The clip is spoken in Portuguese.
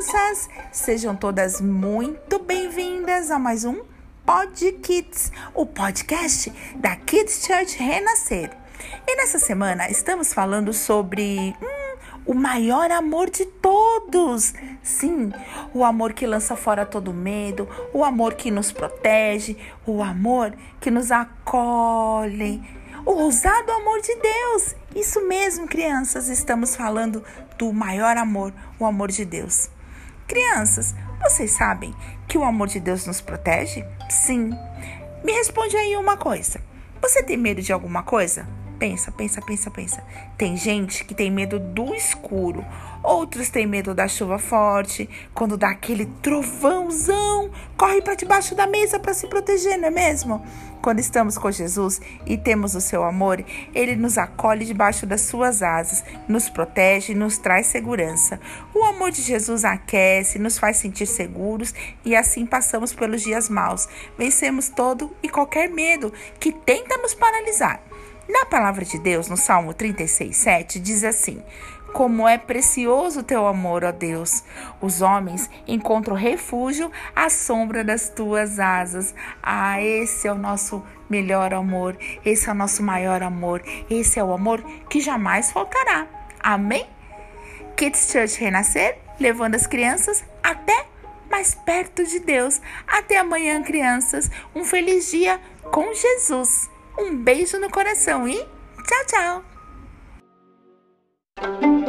crianças! Sejam todas muito bem-vindas a mais um Pod Kids, o podcast da Kids Church Renascer. E nessa semana estamos falando sobre o maior amor de todos. Sim, o amor que lança fora todo medo, o amor que nos protege, o amor que nos acolhe. O ousado amor de Deus. Isso mesmo, crianças, estamos falando do maior amor, o amor de Deus. Crianças, vocês sabem que o amor de Deus nos protege? Sim. Me responde aí uma coisa. Você tem medo de alguma coisa? Pensa. Tem gente que tem medo do escuro. Outros têm medo da chuva forte. Quando dá aquele trovãozão, corre para debaixo da mesa para se proteger, não é mesmo? Quando estamos com Jesus e temos o seu amor, Ele nos acolhe debaixo das suas asas, nos protege e nos traz segurança. O amor de Jesus aquece, nos faz sentir seguros e assim passamos pelos dias maus. Vencemos todo e qualquer medo que tenta nos paralisar. Na palavra de Deus, no Salmo 36:7, diz assim: como é precioso o teu amor, ó Deus. Os homens encontram refúgio à sombra das tuas asas. Esse é o nosso melhor amor. Esse é o nosso maior amor. Esse é o amor que jamais faltará. Amém? Kids Church Renascer, levando as crianças até mais perto de Deus. Até amanhã, crianças. Um feliz dia com Jesus. Um beijo no coração e tchau, tchau.